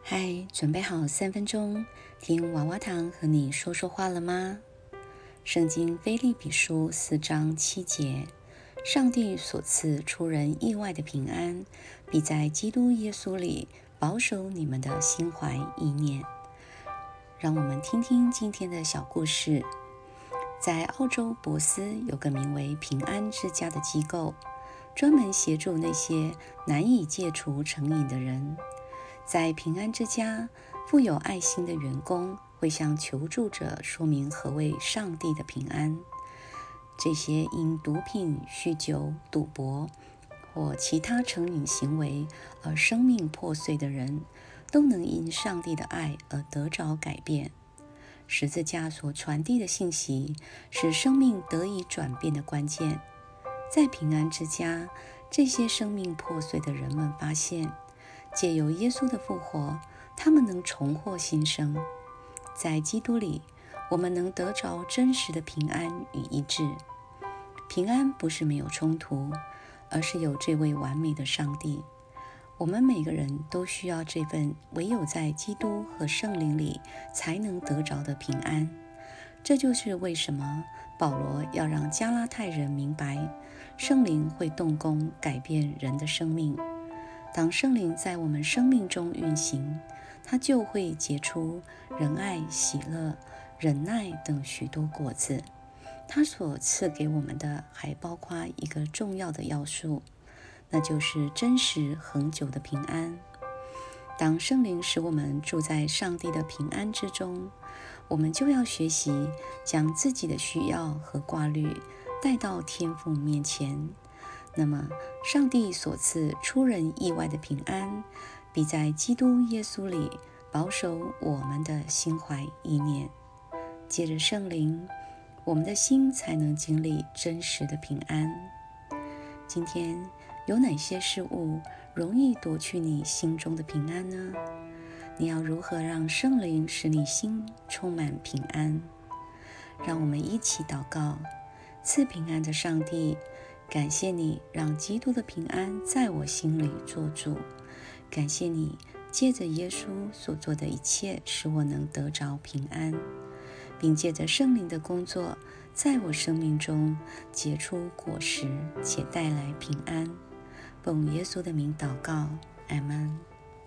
嗨，准备好3分钟听娃娃糖和你说说话了吗？圣经腓立比书4章7节，上帝所赐出人意外的平安，必在基督耶稣里保守你们的心怀意念。让我们听听今天的小故事。在澳洲珀斯有个名为平安之家的机构，专门协助那些难以戒除成瘾的人。在平安之家，富有爱心的员工会向求助者说明何谓上帝的平安。这些因毒品、酗酒、赌博或其他成瘾行为而生命破碎的人，都能因上帝的爱而得着改变。十字架所传递的信息是生命得以转变的关键。在平安之家，这些生命破碎的人们发现，借由耶稣的复活，他们能重获新生。在基督里，我们能得着真实的平安与医治。平安不是没有冲突，而是有这位完美的上帝。我们每个人都需要这份唯有在基督和圣灵里才能得着的平安。这就是为什么保罗要让加拉太人明白，圣灵会动工改变人的生命。当圣灵在我们生命中运行，它就会结出仁爱、喜乐、忍耐等许多果子。它所赐给我们的还包括一个重要的要素，那就是真实恒久的平安。当圣灵使我们住在上帝的平安之中，我们就要学习将自己的需要和挂虑带到天父面前。那么上帝所赐出人意外的平安，必在基督耶稣里保守我们的心怀意念。借着圣灵，我们的心才能经历真实的平安。今天有哪些事物容易夺去你心中的平安呢？你要如何让圣灵使你心充满平安？让我们一起祷告。赐平安的上帝，感谢你让基督的平安在我心里做主。感谢你借着耶稣所做的一切，使我能得着平安，并借着圣灵的工作，在我生命中结出果实，且带来平安。奉耶稣的名祷告，阿们。